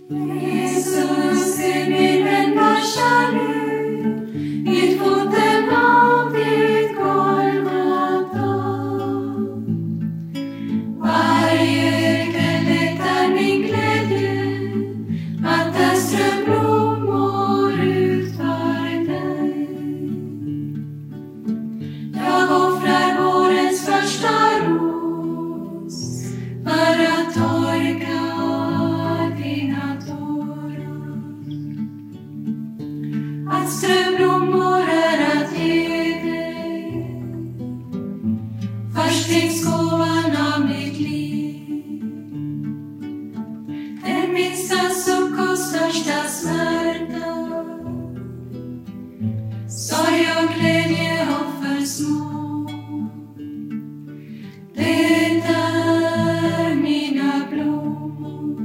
Jesus är min enda kärlek, vid foten av ditt Golgata. Varje kväll längtar min glädje, vattnar strömblommor ut för dig. Jag offrar vårens första ros för att torka dina tårar. Att strömblommor är att ge dig förstlingsgåvan av mitt liv. Den minsta suck och största smärta, sorg och glädje offer små. Det är mina blommor.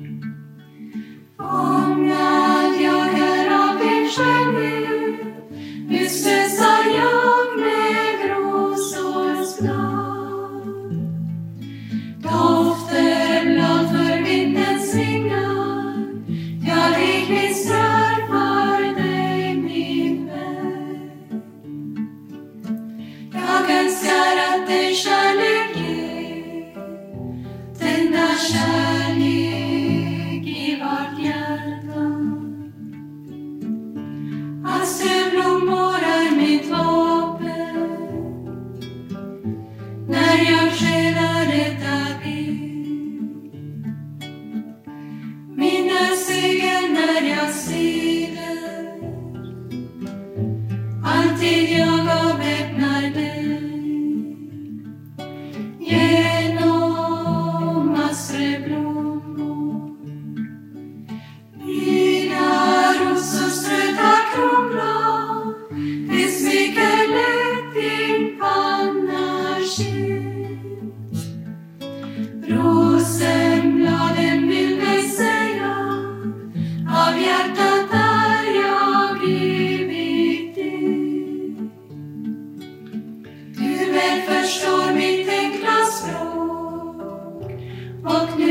Fångad jag är av din skönhet, nu slösar jag med rosors blad. Dofter blad för vindens vingar, jag liknistrar för dig min vän. Jag önskar att dig kärlek ger, denna kärlek i vart hjärta. Att strömblommor är mitt vapen, när jag själar detta bild. Mina segel när jag strider, alltid jag avväpnar dig. Genom aströblommor, mina rosors röda kronblad, det smeker lätt din pannas kind. Rosenbladen vill dig säga, av hjärtat är jag evigt din. Du väl förstår mitt enkla språk, och